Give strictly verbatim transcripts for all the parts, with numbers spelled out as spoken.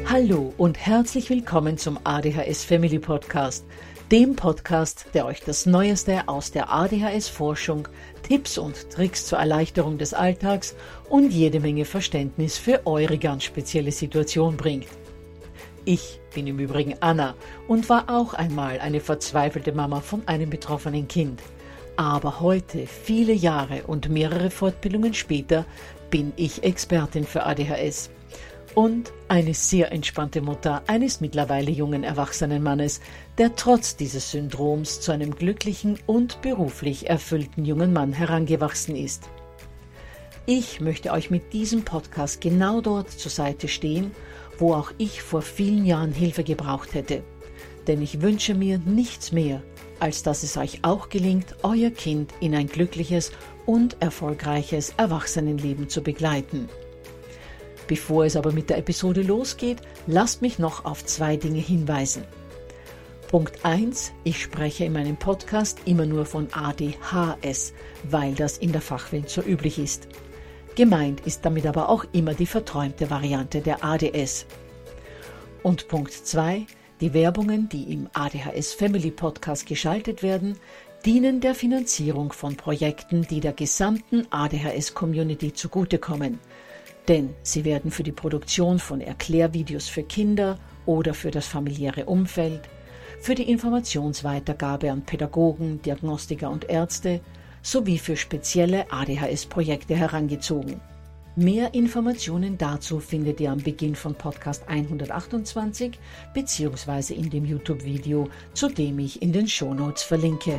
Hallo und herzlich willkommen zum A D H S Family Podcast, dem Podcast, der euch das Neueste aus der A D H S-Forschung, Tipps und Tricks zur Erleichterung des Alltags und jede Menge Verständnis für eure ganz spezielle Situation bringt. Ich bin im Übrigen Anna und war auch einmal eine verzweifelte Mama von einem betroffenen Kind. Aber heute, viele Jahre und mehrere Fortbildungen später, bin ich Expertin für A D H S. Und eine sehr entspannte Mutter eines mittlerweile jungen erwachsenen Mannes, der trotz dieses Syndroms zu einem glücklichen und beruflich erfüllten jungen Mann herangewachsen ist. Ich möchte euch mit diesem Podcast genau dort zur Seite stehen, wo auch ich vor vielen Jahren Hilfe gebraucht hätte. Denn ich wünsche mir nichts mehr, als dass es euch auch gelingt, euer Kind in ein glückliches und erfolgreiches Erwachsenenleben zu begleiten. Bevor es aber mit der Episode losgeht, lasst mich noch auf zwei Dinge hinweisen. Punkt eins. Ich spreche in meinem Podcast immer nur von A D H S, weil das in der Fachwelt so üblich ist. Gemeint ist damit aber auch immer die verträumte Variante der A D S. Und Punkt zwei. Die Werbungen, die im A D H S Family Podcast geschaltet werden, dienen der Finanzierung von Projekten, die der gesamten A D H S-Community zugutekommen. Denn sie werden für die Produktion von Erklärvideos für Kinder oder für das familiäre Umfeld, für die Informationsweitergabe an Pädagogen, Diagnostiker und Ärzte sowie für spezielle A D H S-Projekte herangezogen. Mehr Informationen dazu findet ihr am Beginn von Podcast hundertachtundzwanzig bzw. in dem YouTube-Video, zu dem ich in den Shownotes verlinke.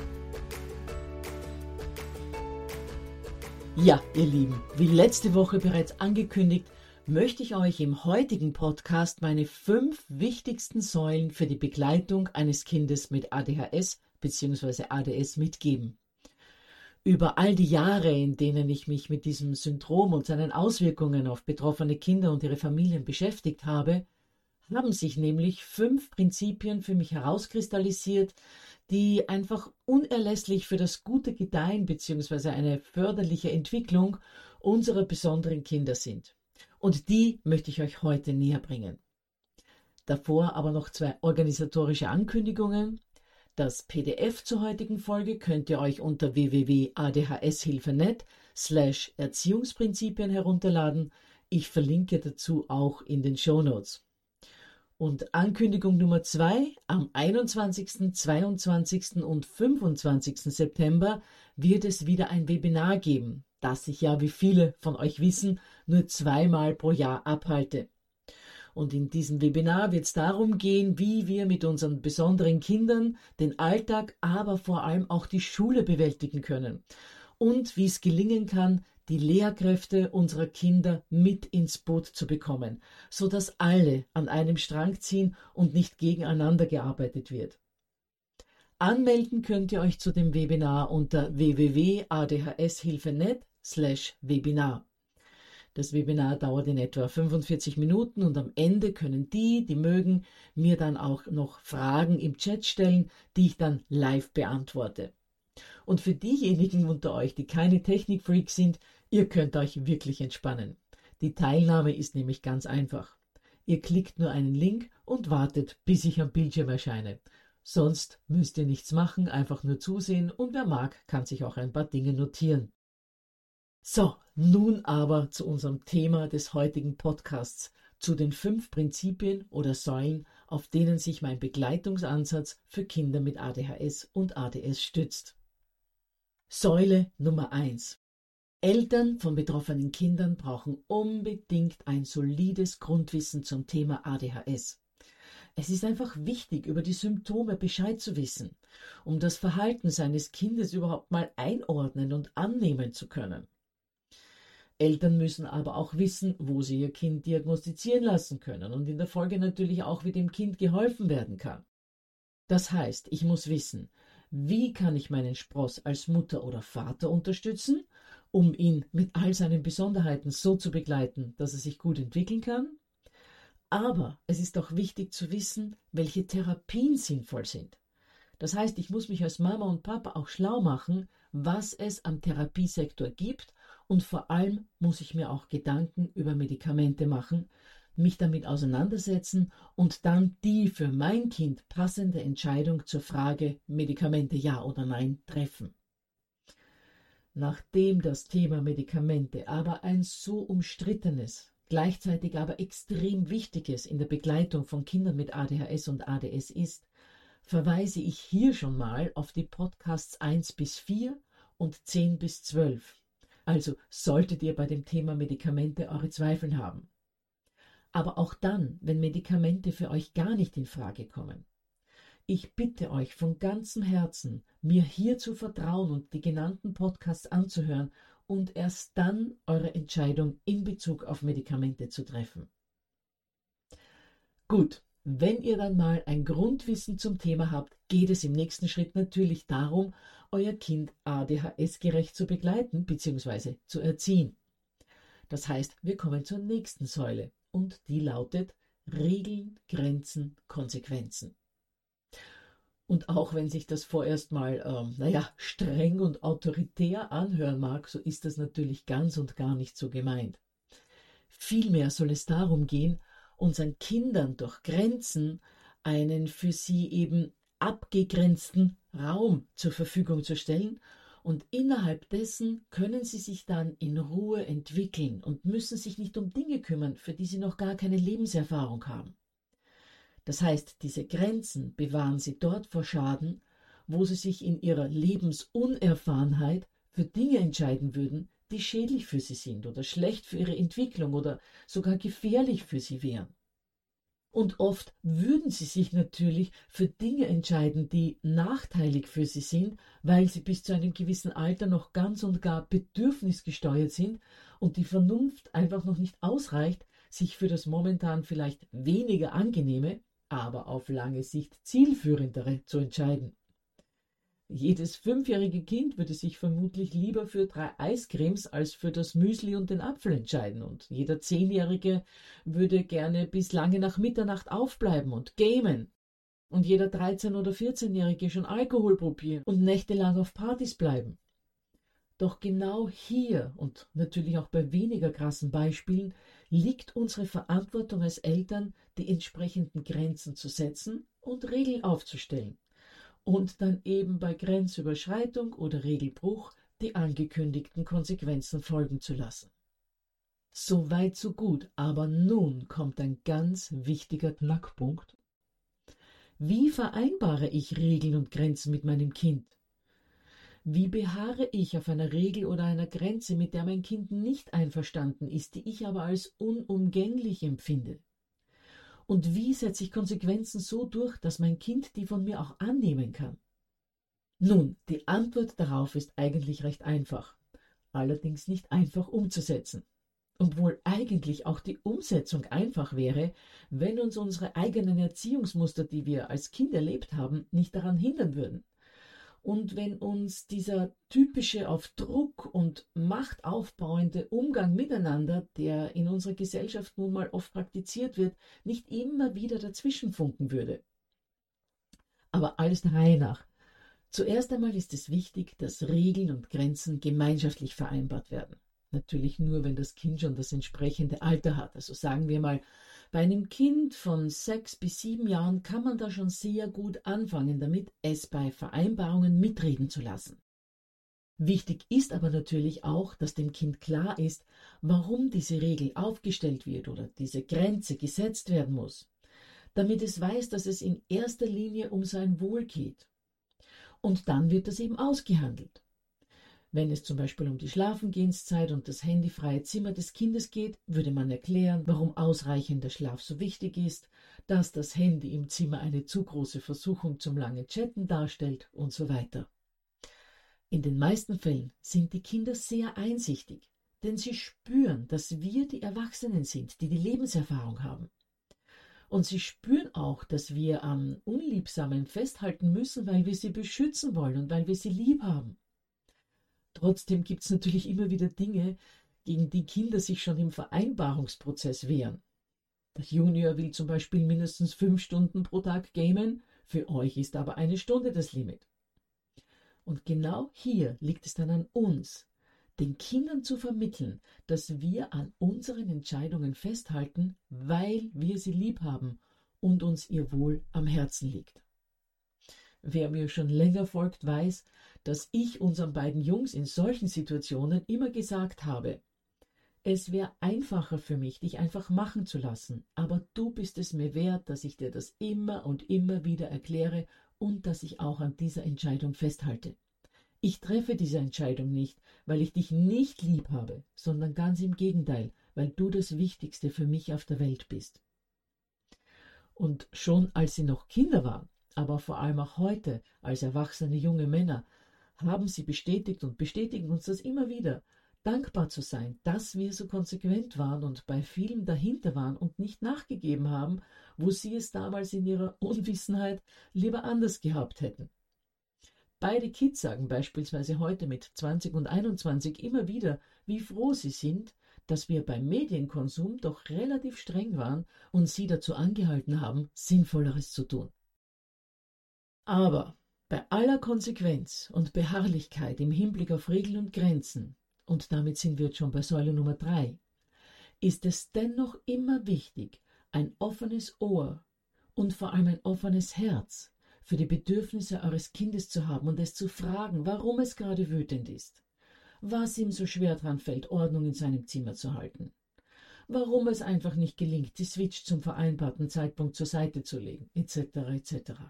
Ja, ihr Lieben, wie letzte Woche bereits angekündigt, möchte ich euch im heutigen Podcast meine fünf wichtigsten Säulen für die Begleitung eines Kindes mit A D H S bzw. A D S mitgeben. Über all die Jahre, in denen ich mich mit diesem Syndrom und seinen Auswirkungen auf betroffene Kinder und ihre Familien beschäftigt habe, haben sich nämlich fünf Prinzipien für mich herauskristallisiert, die einfach unerlässlich für das gute Gedeihen bzw. eine förderliche Entwicklung unserer besonderen Kinder sind. Und die möchte ich euch heute näher bringen. Davor aber noch zwei organisatorische Ankündigungen. Das P D F zur heutigen Folge könnt ihr euch unter w w w punkt a d h s hilfe punkt net slash Erziehungsprinzipien herunterladen. Ich verlinke dazu auch in den Shownotes. Und Ankündigung Nummer zwei, am einundzwanzigsten, zweiundzwanzigsten und fünfundzwanzigsten September wird es wieder ein Webinar geben, das ich ja, wie viele von euch wissen, nur zweimal pro Jahr abhalte. Und in diesem Webinar wird es darum gehen, wie wir mit unseren besonderen Kindern den Alltag, aber vor allem auch die Schule bewältigen können. Und wie es gelingen kann, die Lehrkräfte unserer Kinder mit ins Boot zu bekommen, sodass alle an einem Strang ziehen und nicht gegeneinander gearbeitet wird. Anmelden könnt ihr euch zu dem Webinar unter w w w punkt a d h s hilfe punkt net slash Webinar. Das Webinar dauert in etwa fünfundvierzig Minuten und am Ende können die, die mögen, mir dann auch noch Fragen im Chat stellen, die ich dann live beantworte. Und für diejenigen unter euch, die keine Technikfreaks sind, ihr könnt euch wirklich entspannen. Die Teilnahme ist nämlich ganz einfach. Ihr klickt nur einen Link und wartet, bis ich am Bildschirm erscheine. Sonst müsst ihr nichts machen, einfach nur zusehen und wer mag, kann sich auch ein paar Dinge notieren. So, nun aber zu unserem Thema des heutigen Podcasts, zu den fünf Prinzipien oder Säulen, auf denen sich mein Begleitungsansatz für Kinder mit A D H S und A D S stützt. Säule Nummer eins. Eltern von betroffenen Kindern brauchen unbedingt ein solides Grundwissen zum Thema A D H S. Es ist einfach wichtig, über die Symptome Bescheid zu wissen, um das Verhalten seines Kindes überhaupt mal einordnen und annehmen zu können. Eltern müssen aber auch wissen, wo sie ihr Kind diagnostizieren lassen können und in der Folge natürlich auch, wie dem Kind geholfen werden kann. Das heißt, ich muss wissen, wie kann ich meinen Spross als Mutter oder Vater unterstützen, um ihn mit all seinen Besonderheiten so zu begleiten, dass er sich gut entwickeln kann. Aber es ist auch wichtig zu wissen, welche Therapien sinnvoll sind. Das heißt, ich muss mich als Mama und Papa auch schlau machen, was es am Therapiesektor gibt und vor allem muss ich mir auch Gedanken über Medikamente machen, mich damit auseinandersetzen und dann die für mein Kind passende Entscheidung zur Frage Medikamente ja oder nein treffen. Nachdem das Thema Medikamente aber ein so umstrittenes, gleichzeitig aber extrem wichtiges in der Begleitung von Kindern mit A D H S und A D S ist, verweise ich hier schon mal auf die Podcasts eins bis vier und zehn bis zwölf. Also solltet ihr bei dem Thema Medikamente eure Zweifel haben. Aber auch dann, wenn Medikamente für euch gar nicht in Frage kommen. Ich bitte euch von ganzem Herzen, mir hier zu vertrauen und die genannten Podcasts anzuhören und erst dann eure Entscheidung in Bezug auf Medikamente zu treffen. Gut, wenn ihr dann mal ein Grundwissen zum Thema habt, geht es im nächsten Schritt natürlich darum, euer Kind A D H S-gerecht zu begleiten bzw. zu erziehen. Das heißt, wir kommen zur nächsten Säule und die lautet Regeln, Grenzen, Konsequenzen. Und auch wenn sich das vorerst mal, ähm, naja, streng und autoritär anhören mag, so ist das natürlich ganz und gar nicht so gemeint. Vielmehr soll es darum gehen, unseren Kindern durch Grenzen einen für sie eben abgegrenzten Raum zur Verfügung zu stellen und innerhalb dessen können sie sich dann in Ruhe entwickeln und müssen sich nicht um Dinge kümmern, für die sie noch gar keine Lebenserfahrung haben. Das heißt, diese Grenzen bewahren sie dort vor Schaden, wo sie sich in ihrer Lebensunerfahrenheit für Dinge entscheiden würden, die schädlich für sie sind oder schlecht für ihre Entwicklung oder sogar gefährlich für sie wären. Und oft würden sie sich natürlich für Dinge entscheiden, die nachteilig für sie sind, weil sie bis zu einem gewissen Alter noch ganz und gar bedürfnisgesteuert sind und die Vernunft einfach noch nicht ausreicht, sich für das momentan vielleicht weniger angenehme, aber auf lange Sicht zielführendere zu entscheiden. Jedes fünfjährige Kind würde sich vermutlich lieber für drei Eiscremes als für das Müsli und den Apfel entscheiden und jeder Zehnjährige würde gerne bis lange nach Mitternacht aufbleiben und gamen und jeder dreizehn- oder vierzehnjährige schon Alkohol probieren und nächtelang auf Partys bleiben. Doch genau hier und natürlich auch bei weniger krassen Beispielen liegt unsere Verantwortung als Eltern, die entsprechenden Grenzen zu setzen und Regeln aufzustellen. Und dann eben bei Grenzüberschreitung oder Regelbruch die angekündigten Konsequenzen folgen zu lassen. So weit, so gut, aber nun kommt ein ganz wichtiger Knackpunkt. Wie vereinbare ich Regeln und Grenzen mit meinem Kind? Wie beharre ich auf einer Regel oder einer Grenze, mit der mein Kind nicht einverstanden ist, die ich aber als unumgänglich empfinde? Und wie setze ich Konsequenzen so durch, dass mein Kind die von mir auch annehmen kann? Nun, die Antwort darauf ist eigentlich recht einfach, allerdings nicht einfach umzusetzen. Obwohl eigentlich auch die Umsetzung einfach wäre, wenn uns unsere eigenen Erziehungsmuster, die wir als Kind erlebt haben, nicht daran hindern würden. Und wenn uns dieser typische auf Druck und Macht aufbauende Umgang miteinander, der in unserer Gesellschaft nun mal oft praktiziert wird, nicht immer wieder dazwischenfunken würde. Aber alles der Reihe nach. Zuerst einmal ist es wichtig, dass Regeln und Grenzen gemeinschaftlich vereinbart werden. Natürlich nur, wenn das Kind schon das entsprechende Alter hat. Also sagen wir mal, bei einem Kind von sechs bis sieben Jahren kann man da schon sehr gut anfangen damit, es bei Vereinbarungen mitreden zu lassen. Wichtig ist aber natürlich auch, dass dem Kind klar ist, warum diese Regel aufgestellt wird oder diese Grenze gesetzt werden muss, damit es weiß, dass es in erster Linie um sein Wohl geht. Und dann wird das eben ausgehandelt. Wenn es zum Beispiel um die Schlafengehenszeit und das handyfreie Zimmer des Kindes geht, würde man erklären, warum ausreichender Schlaf so wichtig ist, dass das Handy im Zimmer eine zu große Versuchung zum langen Chatten darstellt und so weiter. In den meisten Fällen sind die Kinder sehr einsichtig, denn sie spüren, dass wir die Erwachsenen sind, die die Lebenserfahrung haben. Und sie spüren auch, dass wir am Unliebsamen festhalten müssen, weil wir sie beschützen wollen und weil wir sie lieb haben. Trotzdem gibt es natürlich immer wieder Dinge, gegen die Kinder sich schon im Vereinbarungsprozess wehren. Der Junior will zum Beispiel mindestens fünf Stunden pro Tag gamen, für euch ist aber eine Stunde das Limit. Und genau hier liegt es dann an uns, den Kindern zu vermitteln, dass wir an unseren Entscheidungen festhalten, weil wir sie lieb haben und uns ihr Wohl am Herzen liegt. Wer mir schon länger folgt, weiß, dass ich unseren beiden Jungs in solchen Situationen immer gesagt habe, es wäre einfacher für mich, dich einfach machen zu lassen, aber du bist es mir wert, dass ich dir das immer und immer wieder erkläre und dass ich auch an dieser Entscheidung festhalte. Ich treffe diese Entscheidung nicht, weil ich dich nicht lieb habe, sondern ganz im Gegenteil, weil du das Wichtigste für mich auf der Welt bist. Und schon als sie noch Kinder waren, aber vor allem auch heute als erwachsene junge Männer, haben sie bestätigt und bestätigen uns das immer wieder, dankbar zu sein, dass wir so konsequent waren und bei vielem dahinter waren und nicht nachgegeben haben, wo sie es damals in ihrer Unwissenheit lieber anders gehabt hätten. Beide Kids sagen beispielsweise heute mit zwanzig und einundzwanzig immer wieder, wie froh sie sind, dass wir beim Medienkonsum doch relativ streng waren und sie dazu angehalten haben, Sinnvolleres zu tun. Aber bei aller Konsequenz und Beharrlichkeit im Hinblick auf Regeln und Grenzen, und damit sind wir jetzt schon bei Säule Nummer drei, ist es dennoch immer wichtig, ein offenes Ohr und vor allem ein offenes Herz für die Bedürfnisse eures Kindes zu haben und es zu fragen, warum es gerade wütend ist, was ihm so schwer dran fällt, Ordnung in seinem Zimmer zu halten, warum es einfach nicht gelingt, die Switch zum vereinbarten Zeitpunkt zur Seite zu legen, et cetera et cetera.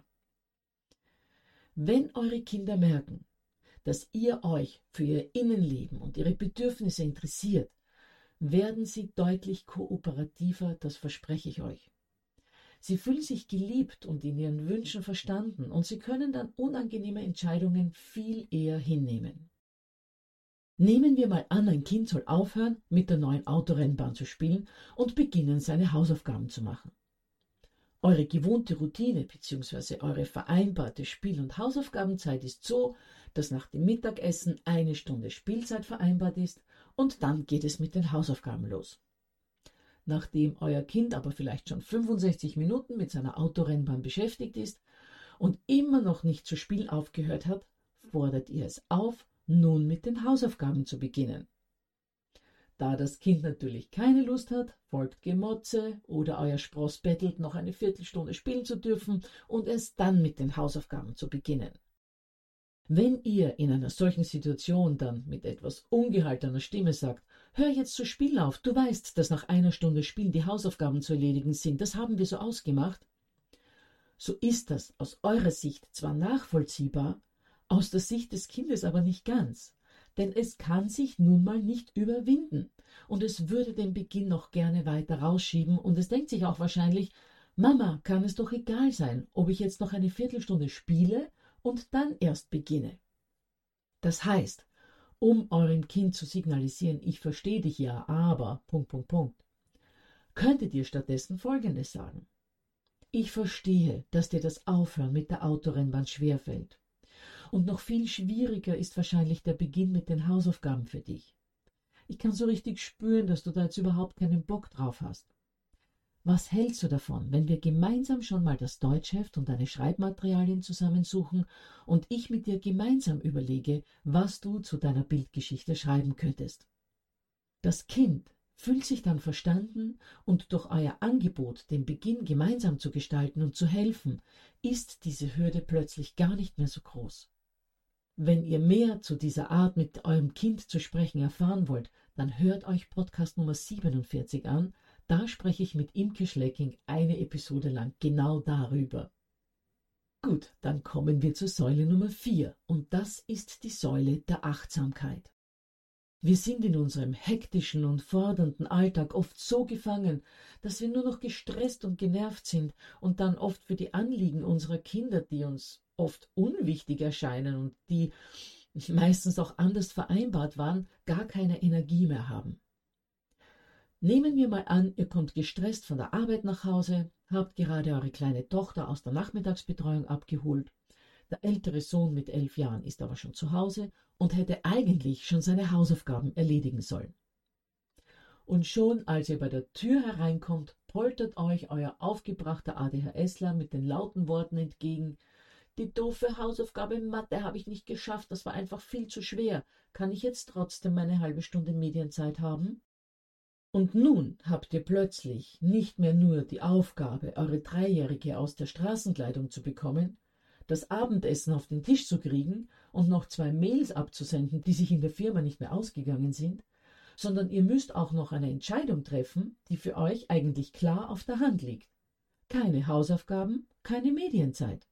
Wenn eure Kinder merken, dass ihr euch für ihr Innenleben und ihre Bedürfnisse interessiert, werden sie deutlich kooperativer, das verspreche ich euch. Sie fühlen sich geliebt und in ihren Wünschen verstanden und sie können dann unangenehme Entscheidungen viel eher hinnehmen. Nehmen wir mal an, ein Kind soll aufhören, mit der neuen Autorennbahn zu spielen und beginnen, seine Hausaufgaben zu machen. Eure gewohnte Routine bzw. eure vereinbarte Spiel- und Hausaufgabenzeit ist so, dass nach dem Mittagessen eine Stunde Spielzeit vereinbart ist und dann geht es mit den Hausaufgaben los. Nachdem euer Kind aber vielleicht schon fünfundsechzig Minuten mit seiner Autorennbahn beschäftigt ist und immer noch nicht zu spielen aufgehört hat, fordert ihr es auf, nun mit den Hausaufgaben zu beginnen. Da das Kind natürlich keine Lust hat, folgt Gemotze oder euer Spross bettelt, noch eine Viertelstunde spielen zu dürfen und es dann mit den Hausaufgaben zu beginnen. Wenn ihr in einer solchen Situation dann mit etwas ungehaltener Stimme sagt, hör jetzt zu spielen auf, du weißt, dass nach einer Stunde Spielen die Hausaufgaben zu erledigen sind, das haben wir so ausgemacht, so ist das aus eurer Sicht zwar nachvollziehbar, aus der Sicht des Kindes aber nicht ganz. Denn es kann sich nun mal nicht überwinden und es würde den Beginn noch gerne weiter rausschieben und es denkt sich auch wahrscheinlich, Mama, kann es doch egal sein, ob ich jetzt noch eine Viertelstunde spiele und dann erst beginne. Das heißt, um eurem Kind zu signalisieren, ich verstehe dich ja, aber, Punkt, Punkt, Punkt, könntet ihr stattdessen Folgendes sagen. Ich verstehe, dass dir das Aufhören mit der Autorennbahn schwerfällt. Und noch viel schwieriger ist wahrscheinlich der Beginn mit den Hausaufgaben für dich. Ich kann so richtig spüren, dass du da jetzt überhaupt keinen Bock drauf hast. Was hältst du davon, wenn wir gemeinsam schon mal das Deutschheft und deine Schreibmaterialien zusammensuchen und ich mit dir gemeinsam überlege, was du zu deiner Bildgeschichte schreiben könntest? Das Kind fühlt sich dann verstanden und durch euer Angebot, den Beginn gemeinsam zu gestalten und zu helfen, ist diese Hürde plötzlich gar nicht mehr so groß. Wenn ihr mehr zu dieser Art mit eurem Kind zu sprechen erfahren wollt, dann hört euch Podcast Nummer siebenundvierzig an. Da spreche ich mit Imke Schlecking eine Episode lang genau darüber. Gut, dann kommen wir zur Säule Nummer vier und das ist die Säule der Achtsamkeit. Wir sind in unserem hektischen und fordernden Alltag oft so gefangen, dass wir nur noch gestresst und genervt sind und dann oft für die Anliegen unserer Kinder, die uns oft unwichtig erscheinen und die meistens auch anders vereinbart waren, gar keine Energie mehr haben. Nehmen wir mal an, ihr kommt gestresst von der Arbeit nach Hause, habt gerade eure kleine Tochter aus der Nachmittagsbetreuung abgeholt. Der ältere Sohn mit elf Jahren ist aber schon zu Hause und hätte eigentlich schon seine Hausaufgaben erledigen sollen. Und schon als ihr bei der Tür hereinkommt, poltert euch euer aufgebrachter ADHSler mit den lauten Worten entgegen, die doofe Hausaufgabe in Mathe habe ich nicht geschafft, das war einfach viel zu schwer. Kann ich jetzt trotzdem meine halbe Stunde Medienzeit haben? Und nun habt ihr plötzlich nicht mehr nur die Aufgabe, eure Dreijährige aus der Straßenkleidung zu bekommen, das Abendessen auf den Tisch zu kriegen und noch zwei Mails abzusenden, die sich in der Firma nicht mehr ausgegangen sind, sondern ihr müsst auch noch eine Entscheidung treffen, die für euch eigentlich klar auf der Hand liegt. Keine Hausaufgaben, keine Medienzeit.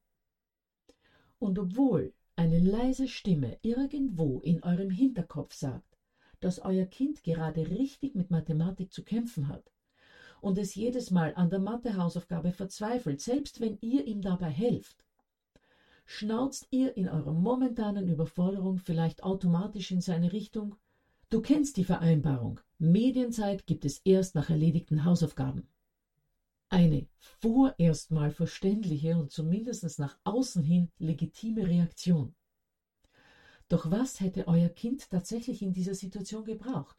Und obwohl eine leise Stimme irgendwo in eurem Hinterkopf sagt, dass euer Kind gerade richtig mit Mathematik zu kämpfen hat und es jedes Mal an der Mathe-Hausaufgabe verzweifelt, selbst wenn ihr ihm dabei helft, schnauzt ihr in eurer momentanen Überforderung vielleicht automatisch in seine Richtung: Du kennst die Vereinbarung, Medienzeit gibt es erst nach erledigten Hausaufgaben. Eine vorerst mal verständliche und zumindest nach außen hin legitime Reaktion. Doch was hätte euer Kind tatsächlich in dieser Situation gebraucht?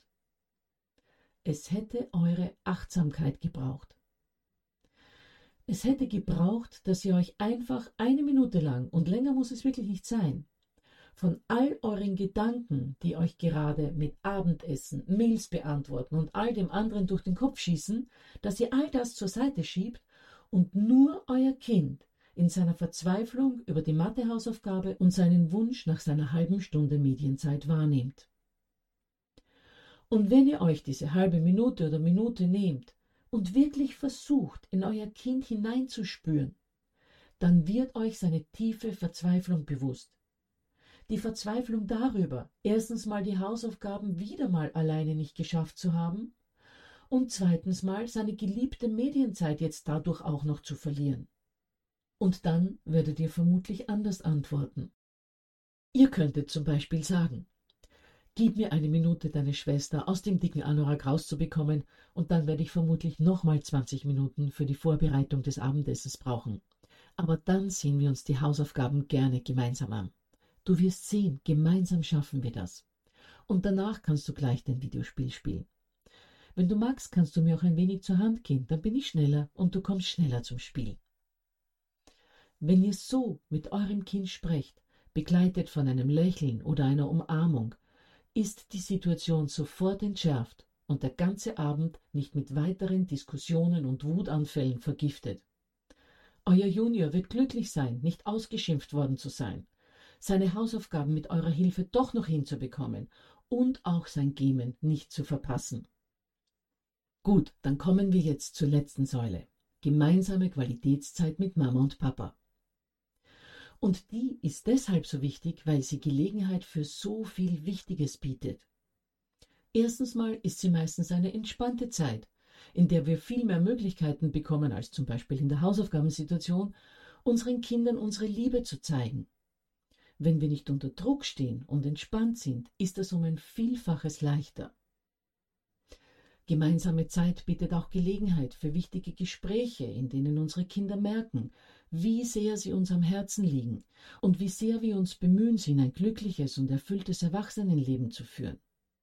Es hätte eure Achtsamkeit gebraucht. Es hätte gebraucht, dass ihr euch einfach eine Minute lang, und länger muss es wirklich nicht sein, von all euren Gedanken, die euch gerade mit Abendessen, Mails beantworten und all dem anderen durch den Kopf schießen, dass ihr all das zur Seite schiebt und nur euer Kind in seiner Verzweiflung über die Mathehausaufgabe und seinen Wunsch nach seiner halben Stunde Medienzeit wahrnehmt. Und wenn ihr euch diese halbe Minute oder Minute nehmt und wirklich versucht, in euer Kind hineinzuspüren, dann wird euch seine tiefe Verzweiflung bewusst. Die Verzweiflung darüber, erstens mal die Hausaufgaben wieder mal alleine nicht geschafft zu haben und zweitens mal seine geliebte Medienzeit jetzt dadurch auch noch zu verlieren. Und dann werdet ihr vermutlich anders antworten. Ihr könntet zum Beispiel sagen: Gib mir eine Minute, deine Schwester aus dem dicken Anorak rauszubekommen, und dann werde ich vermutlich nochmal zwanzig Minuten für die Vorbereitung des Abendessens brauchen. Aber dann sehen wir uns die Hausaufgaben gerne gemeinsam an. Du wirst sehen, gemeinsam schaffen wir das. Und danach kannst du gleich dein Videospiel spielen. Wenn du magst, kannst du mir auch ein wenig zur Hand gehen, dann bin ich schneller und du kommst schneller zum Spiel. Wenn ihr so mit eurem Kind sprecht, begleitet von einem Lächeln oder einer Umarmung, ist die Situation sofort entschärft und der ganze Abend nicht mit weiteren Diskussionen und Wutanfällen vergiftet. Euer Junior wird glücklich sein, nicht ausgeschimpft worden zu sein, seine Hausaufgaben mit eurer Hilfe doch noch hinzubekommen und auch sein Gamen nicht zu verpassen. Gut, dann kommen wir jetzt zur letzten Säule: gemeinsame Qualitätszeit mit Mama und Papa. Und die ist deshalb so wichtig, weil sie Gelegenheit für so viel Wichtiges bietet. Erstens mal ist sie meistens eine entspannte Zeit, in der wir viel mehr Möglichkeiten bekommen als zum Beispiel in der Hausaufgabensituation, unseren Kindern unsere Liebe zu zeigen. Wenn wir nicht unter Druck stehen und entspannt sind, ist das um ein Vielfaches leichter. Gemeinsame Zeit bietet auch Gelegenheit für wichtige Gespräche, in denen unsere Kinder merken, wie sehr sie uns am Herzen liegen und wie sehr wir uns bemühen, sie in ein glückliches und erfülltes Erwachsenenleben zu führen.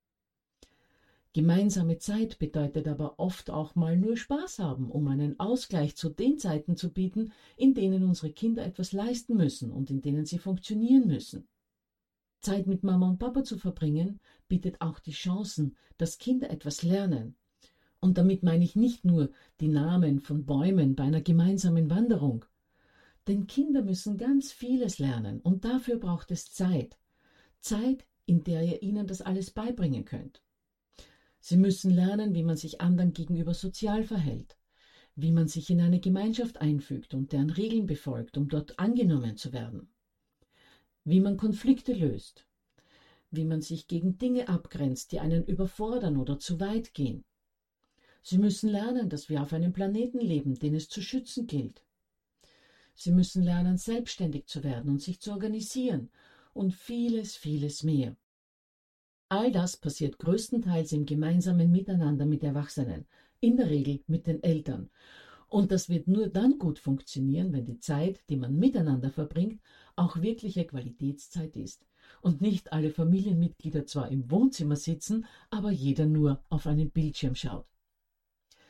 Gemeinsame Zeit bedeutet aber oft auch mal nur Spaß haben, um einen Ausgleich zu den Zeiten zu bieten, in denen unsere Kinder etwas leisten müssen und in denen sie funktionieren müssen. Zeit mit Mama und Papa zu verbringen, bietet auch die Chancen, dass Kinder etwas lernen. Und damit meine ich nicht nur die Namen von Bäumen bei einer gemeinsamen Wanderung. Denn Kinder müssen ganz vieles lernen und dafür braucht es Zeit. Zeit, in der ihr ihnen das alles beibringen könnt. Sie müssen lernen, wie man sich anderen gegenüber sozial verhält, wie man sich in eine Gemeinschaft einfügt und deren Regeln befolgt, um dort angenommen zu werden, wie man Konflikte löst, wie man sich gegen Dinge abgrenzt, die einen überfordern oder zu weit gehen. Sie müssen lernen, dass wir auf einem Planeten leben, den es zu schützen gilt. Sie müssen lernen, selbstständig zu werden und sich zu organisieren und vieles, vieles mehr. All das passiert größtenteils im gemeinsamen Miteinander mit Erwachsenen, in der Regel mit den Eltern. Und das wird nur dann gut funktionieren, wenn die Zeit, die man miteinander verbringt, auch wirkliche Qualitätszeit ist und nicht alle Familienmitglieder zwar im Wohnzimmer sitzen, aber jeder nur auf einen Bildschirm schaut.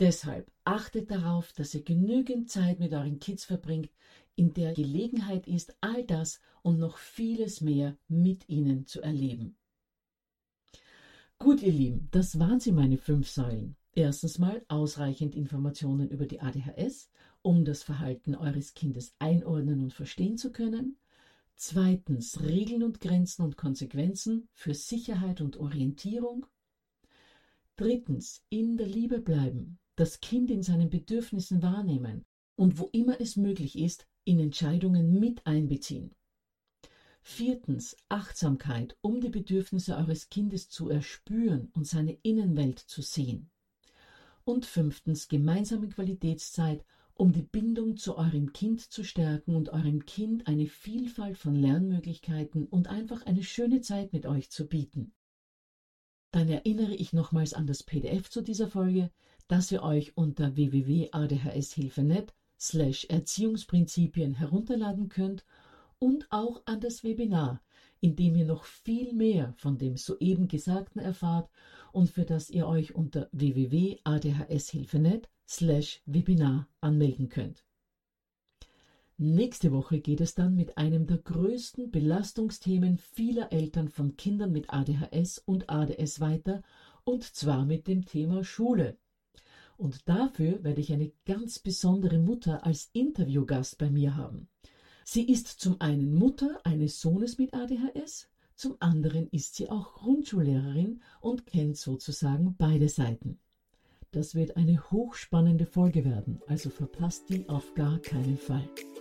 Deshalb achtet darauf, dass ihr genügend Zeit mit euren Kids verbringt, in der Gelegenheit ist, all das und noch vieles mehr mit ihnen zu erleben. Gut, ihr Lieben, das waren sie, meine fünf Säulen. Erstens mal ausreichend Informationen über die A D H S, um das Verhalten eures Kindes einordnen und verstehen zu können. Zweitens Regeln und Grenzen und Konsequenzen für Sicherheit und Orientierung. Drittens in der Liebe bleiben, das Kind in seinen Bedürfnissen wahrnehmen und wo immer es möglich ist, in Entscheidungen mit einbeziehen. Viertens Achtsamkeit, um die Bedürfnisse eures Kindes zu erspüren und seine Innenwelt zu sehen. Und fünftens gemeinsame Qualitätszeit, um die Bindung zu eurem Kind zu stärken und eurem Kind eine Vielfalt von Lernmöglichkeiten und einfach eine schöne Zeit mit euch zu bieten. Dann erinnere ich nochmals an das P D F zu dieser Folge, das ihr euch unter w w w punkt a d h s hilfe punkt net slash Erziehungsprinzipien herunterladen könnt und auch an das Webinar, in dem ihr noch viel mehr von dem soeben Gesagten erfahrt und für das ihr euch unter w w w punkt a d h s hilfe punkt net slash Webinar anmelden könnt. Nächste Woche geht es dann mit einem der größten Belastungsthemen vieler Eltern von Kindern mit A D H S und A D S weiter, und zwar mit dem Thema Schule. Und dafür werde ich eine ganz besondere Mutter als Interviewgast bei mir haben. Sie ist zum einen Mutter eines Sohnes mit A D H S, zum anderen ist sie auch Grundschullehrerin und kennt sozusagen beide Seiten. Das wird eine hochspannende Folge werden, also verpasst die auf gar keinen Fall.